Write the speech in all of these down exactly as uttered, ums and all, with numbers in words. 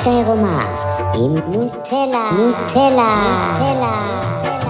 האמת העירומה עם נוטלה, נוטלה, נוטלה.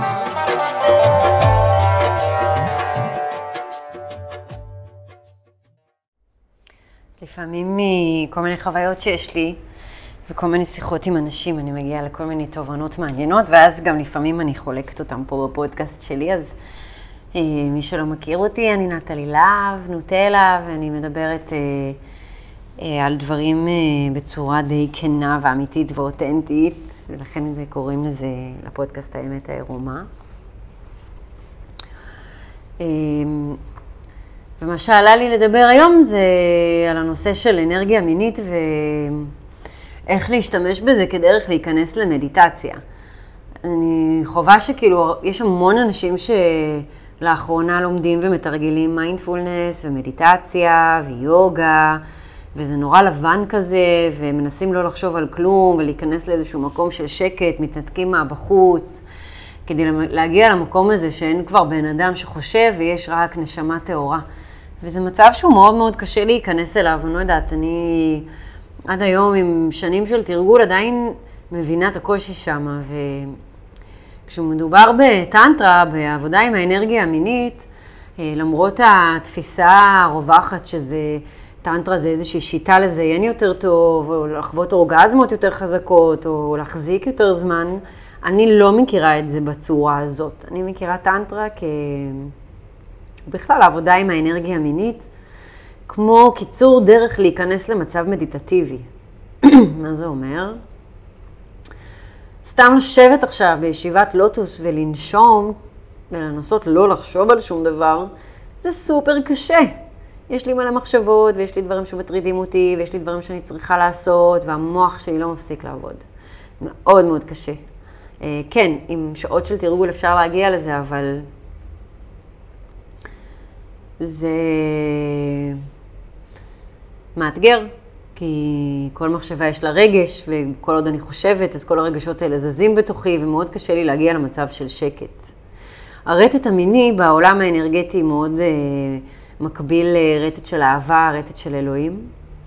לפעמים מכל מיני חוויות שיש לי וכל מיני שיחות עם אנשים, אני מגיעה לכל מיני תובנות מעניינות, ואז גם לפעמים אני חולקת אותם פה בפודקאסט שלי. אז אה, מי שלא מכיר אותי, אני נטלי להב, נוטלה, ואני מדברת אה, אה, על דברים אה, בצורה די כנה ואמיתית ואותנטית, ולכן זה קוראים לזה, לפודקאסט האמת העירומה. אה, ומה שעלה לי לדבר היום זה על הנושא של אנרגיה מינית ואיך להשתמש בזה כדרך להיכנס למדיטציה. אני חובה שכאילו יש המון אנשים שלאחרונה לומדים ומתרגלים מיינדפולנס ומדיטציה ויוגה, וזה נורא לבן כזה, ומנסים לא לחשוב על כלום ולהיכנס לאיזשהו מקום של שקט, מתנתקים מהבחוץ, כדי להגיע למקום הזה שאין כבר בן אדם שחושב ויש רק נשמה טהורה. וזה מצב שהוא מאוד מאוד קשה להיכנס אליו, אני לא יודעת, אני עד היום עם שנים של תרגול עדיין מבינה את הקושי שם, וכשמדובר בטנטרה, בעבודה עם האנרגיה המינית, למרות התפיסה הרווחת שזה, טנטרה זה איזושהי שיטה לזיין יותר טוב, או לחוות אורגזמות יותר חזקות, או להחזיק יותר זמן, אני לא מכירה את זה בצורה הזאת. אני מכירה טנטרה כ... בכלל, העבודה עם האנרגיה המינית, כמו קיצור דרך להיכנס למצב מדיטטיבי. מה זה אומר? סתם לשבת עכשיו בישיבת לוטוס ולנשום, ולנסות לא לחשוב על שום דבר, זה סופר קשה. יש לי מלא מחשבות, ויש לי דברים שמטרידים אותי, ויש לי דברים שאני צריכה לעשות, והמוח שלי לא מפסיק לעבוד. מאוד מאוד קשה. כן, עם שעות של תרגול אפשר להגיע לזה, אבל זה מאתגר, כי כל מחשבה יש לה רגש, וכל עוד אני חושבת, אז כל הרגשות האלה זזים בתוכי, ומאוד קשה לי להגיע למצב של שקט. הרטט המיני בעולם האנרגטי מאוד אה, מקביל לרטט של אהבה, רטט של אלוהים.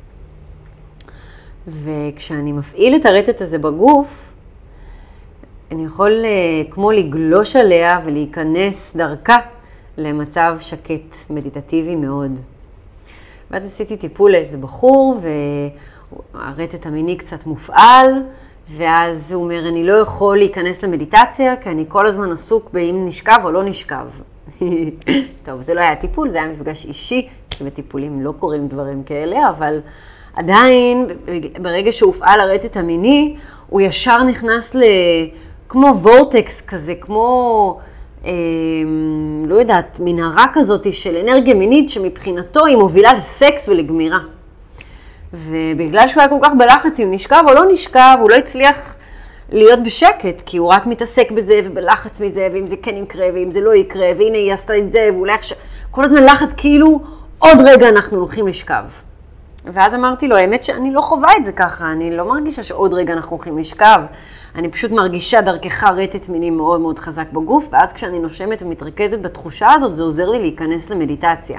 וכשאני מפעיל את הרטט הזה בגוף, אני יכול אה, כמו לגלוש עליה ולהיכנס דרכה למצב שקט, מדיטטיבי מאוד. ואז עשיתי טיפול לאיזה בחור, והרטט המיני קצת מופעל, ואז הוא אומר, אני לא יכול להיכנס למדיטציה, כי אני כל הזמן עסוק באם נשכב או לא נשכב. טוב, זה לא היה טיפול, זה היה מפגש אישי, שבטיפולים לא קורים דברים כאלה, אבל עדיין, ברגע שהופעל הרטט המיני, הוא ישר נכנס ל... כמו וורטקס כזה, כמו... לא יודעת, מנהרה כזאת של אנרגיה מינית שמבחינתו היא מובילה לסקס ולגמירה. ובגלל שהוא היה כל כך בלחץ אם נשכב או לא נשכב, הוא לא הצליח להיות בשקט, כי הוא רק מתעסק בזה ובלחץ מזה, ואם זה כן יקרה ואם זה לא יקרה, והנה היא עשתה את זה, ואולי עכשיו... כל הזמן לחץ כאילו עוד רגע אנחנו הולכים לשכב. ואז אמרתי לו, האמת שאני לא חווה את זה ככה, אני לא מרגישה שעוד רגע אנחנו הולכים לשכב, אני פשוט מרגישה דרכך רטט מיני מאוד מאוד חזק בגוף, ואז כשאני נושמת ומתרכזת בתחושה הזאת, זה עוזר לי להיכנס למדיטציה.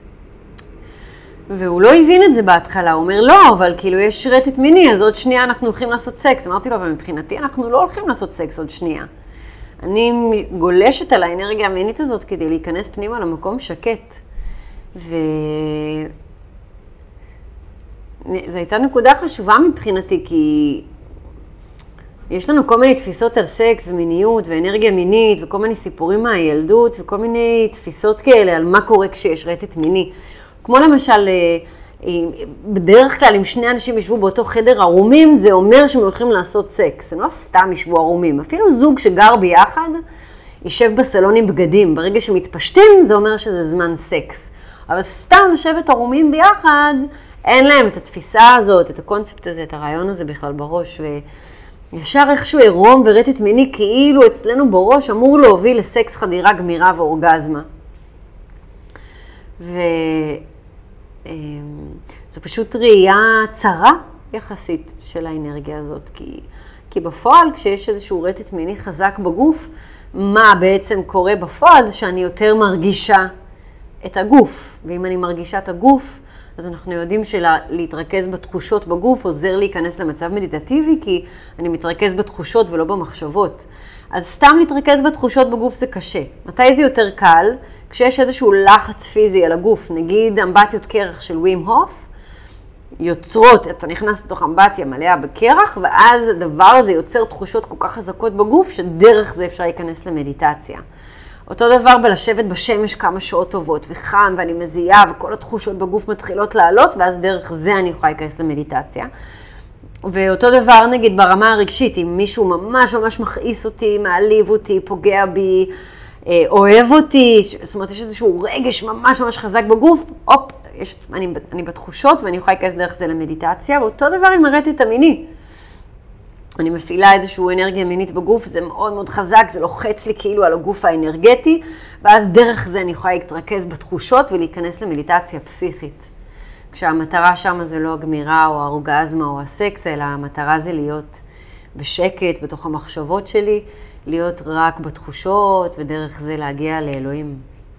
והוא לא הבין את זה בהתחלה, הוא אומר, לא, אבל כאילו יש רטט מיני, אז עוד שנייה אנחנו הולכים לעשות סקס. אמרתי לו, אבל מבחינתי אנחנו לא הולכים לעשות סקס עוד שנייה. אני גולשת על האנרגיה המינית הזאת כדי להיכנס פנימה למקום שקט. ו... זו הייתה נקודה חשובה מבחינתי, כי יש לנו כל מיני תפיסות על סקס ומיניות ואנרגיה מינית וכל מיני סיפורים מהילדות וכל מיני תפיסות כאלה על מה קורה כשיש רטט מיני. כמו למשל, בדרך כלל אם שני אנשים ישבו באותו חדר ערומים, זה אומר שהם הולכים לעשות סקס. הם לא סתם ישבו ערומים. אפילו זוג שגר ביחד יישב בסלון עם בגדים. ברגע שמתפשטים זה אומר שזה זמן סקס. אבל סתם לשבת ערומים ביחד, אין להם את התפיסה הזאת, את הקונספט הזה, את הרעיון הזה בכלל בראש. וישר איכשהו עירום ורטט מיני כאילו אצלנו בראש אמור להוביל לסקס, חדירה, גמירה ואורגזמה. וזו פשוט ראייה צרה יחסית של האנרגיה הזאת. כי, כי בפועל כשיש איזשהו רטט מיני חזק בגוף, מה בעצם קורה בפועל זה שאני יותר מרגישה את הגוף. ואם אני מרגישה את הגוף, אז אנחנו יודעים שלהתרכז בתחושות בגוף עוזר להיכנס למצב מדיטטיבי, כי אני מתרכז בתחושות ולא במחשבות. אז סתם להתרכז בתחושות בגוף זה קשה. מתי זה יותר קל? כשיש איזשהו לחץ פיזי על הגוף, נגיד אמבטיות קרח של ווים הוף, יוצרות, אתה נכנס לתוך אמבטיה מלאה בקרח, ואז הדבר הזה יוצר תחושות כל כך חזקות בגוף, שדרך זה אפשר להיכנס למדיטציה. אותו דבר בלשבת בשמש כמה שעות טובות, וחם, ואני מזיעה, וכל התחושות בגוף מתחילות לעלות, ואז דרך זה אני יכולה להיכנס למדיטציה. ואותו דבר נגיד ברמה הרגשית, אם מישהו ממש ממש מכעיס אותי, מעליב אותי, פוגע בי, אוהב אותי, זאת אומרת, יש איזשהו רגש ממש ממש חזק בגוף, הופ, יש, אני, אני בתחושות ואני יכולה להיכנס דרך זה למדיטציה, ואותו דבר עם הרטט המיני. אני מפעילה איזושהי אנרגיה מינית בגוף, זה מאוד מאוד חזק, זה לוחץ לי כאילו על הגוף האנרגטי, ואז דרך זה אני יכולה להתרכז בתחושות ולהיכנס למדיטציה פסיכית. כשהמטרה שם זה לא הגמירה או האורגזמה או הסקס, אלא המטרה זה להיות בשקט בתוך המחשבות שלי, להיות רק בתחושות ודרך זה להגיע לאלוהים.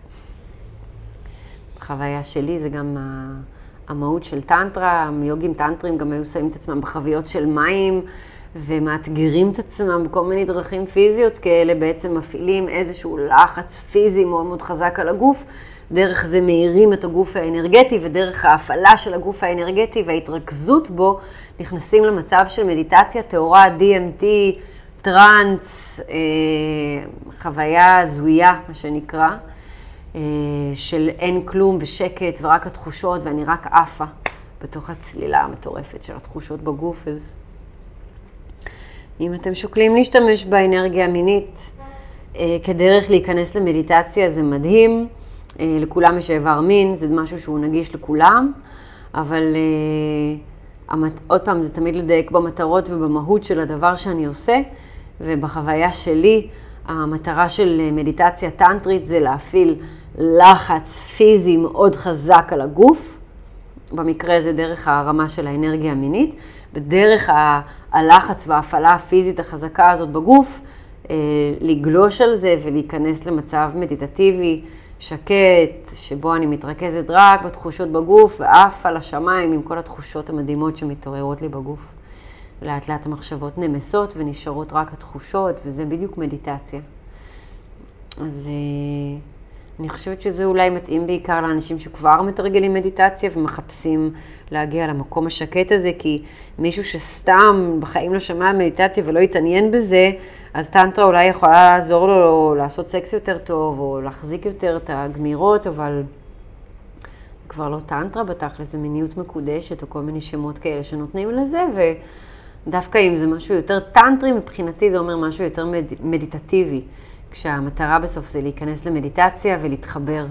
החוויה שלי זה גם המהות של טנטרה, יוגים טנטרים גם היו שמים את עצמם בחוויות של מים, ומאתגרים את עצמם בכל מיני דרכים פיזיות כאלה, בעצם מפעילים איזשהו לחץ פיזי מאוד מאוד חזק על הגוף, דרך זה מהירים את הגוף האנרגטי, ודרך ההפעלה של הגוף האנרגטי וההתרכזות בו, נכנסים למצב של מדיטציה, תאורה, די אם טי, טרנס, אה, חוויה זויה, מה שנקרא, אה, של אין כלום ושקט ורק התחושות, ואני רק עפה בתוך הצלילה המטורפת של התחושות בגוף. אז אם אתם שוקלים להשתמש באנרגיה המינית אה, כדרך להיכנס למדיטציה, זה מדהים. אה, לכולם יש איבר מין, זה משהו שהוא נגיש לכולם, אבל אה, המת... עוד פעם, זה תמיד לדייק במטרות ובמהות של הדבר שאני עושה, ובחוויה שלי, המטרה של מדיטציה טנטרית זה להפעיל לחץ פיזי מאוד חזק על הגוף, במקרה זה דרך הרמה של האנרגיה המינית, בדרך הלחץ וההפעלה הפיזית החזקה הזאת בגוף, לגלוש על זה ולהיכנס למצב מדיטטיבי שקט, שבו אני מתרכזת רק בתחושות בגוף ואף על השמיים עם כל התחושות המדהימות שמתעוררות לי בגוף. לאט לאט המחשבות נמסות ונשארות רק התחושות, וזה בדיוק מדיטציה. אז אני חושבת שזה אולי מתאים בעיקר לאנשים שכבר מתרגלים מדיטציה ומחפשים להגיע למקום השקט הזה, כי מישהו שסתם בחיים לא שמע מדיטציה ולא יתעניין בזה, אז טנטרה אולי יכולה לעזור לו לעשות סקס יותר טוב או להחזיק יותר את הגמירות, אבל כבר לא טנטרה בתכל'ס, זה מיניות מקודשת או כל מיני שמות כאלה שנותנים לזה, ודווקא אם זה משהו יותר טנטרי, מבחינתי זה אומר משהו יותר מד... מדיטטיבי. כשהמטרה בסוף זה להיכנס למדיטציה ולהתחבר.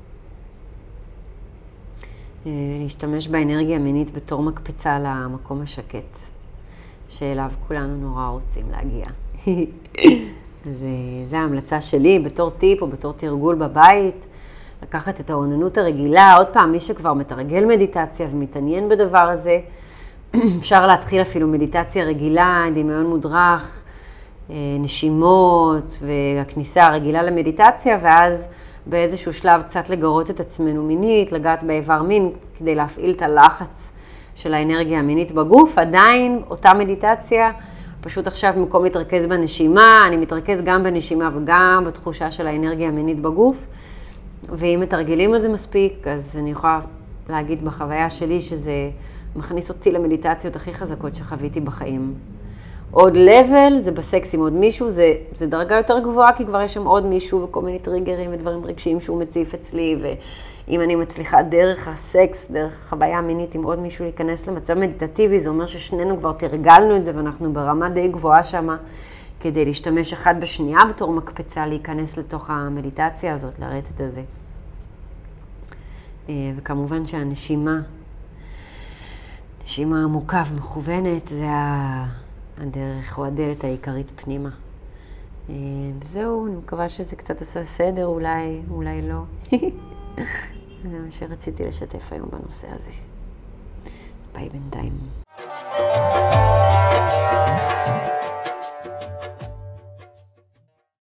להשתמש באנרגיה המינית בתור מקפצה למקום השקט, שאליו כולנו נורא רוצים להגיע. אז זו ההמלצה שלי בתור טיפ או בתור תרגול בבית, לקחת את העוננות הרגילה. עוד פעם, מי שכבר מתרגל מדיטציה ומתעניין בדבר הזה, אפשר להתחיל אפילו מדיטציה רגילה, דמיון מודרך, נשימות והכניסה הרגילה למדיטציה, ואז באיזשהו שלב קצת לגרות את עצמנו מינית, לגעת באיבר מין כדי להפעיל את הלחץ של האנרגיה המינית בגוף. עדיין אותה מדיטציה, פשוט עכשיו במקום להתרכז בנשימה, אני מתרכז גם בנשימה וגם בתחושה של האנרגיה המינית בגוף. ואם מתרגלים את זה מספיק, אז אני יכולה להגיד בחוויה שלי שזה מכניס אותי למדיטציות הכי חזקות שחוויתי בחיים. עוד לבל, זה בסקס עם עוד מישהו, זה, זה דרגה יותר גבוהה, כי כבר יש שם עוד מישהו וכל מיני טריגרים ודברים רגשיים שהוא מציף אצלי, ואם אני מצליחה דרך הסקס, דרך חוויה מינית עם עוד מישהו להיכנס למצב מדיטטיבי, זה אומר ששנינו כבר תרגלנו את זה, ואנחנו ברמה די גבוהה שמה, כדי להשתמש אחד בשנייה בתור מקפצה, להיכנס לתוך המדיטציה הזאת, לרטט הזה. וכמובן שהנשימה, נשימה עמוקה ומכוונת, זה ה... הדרך או הדלת העיקרית פנימה. וזהו, אני מקווה שזה קצת עשה סדר, אולי, אולי לא. זה מה שרציתי לשתף היום בנושא הזה. ביי בינתיים.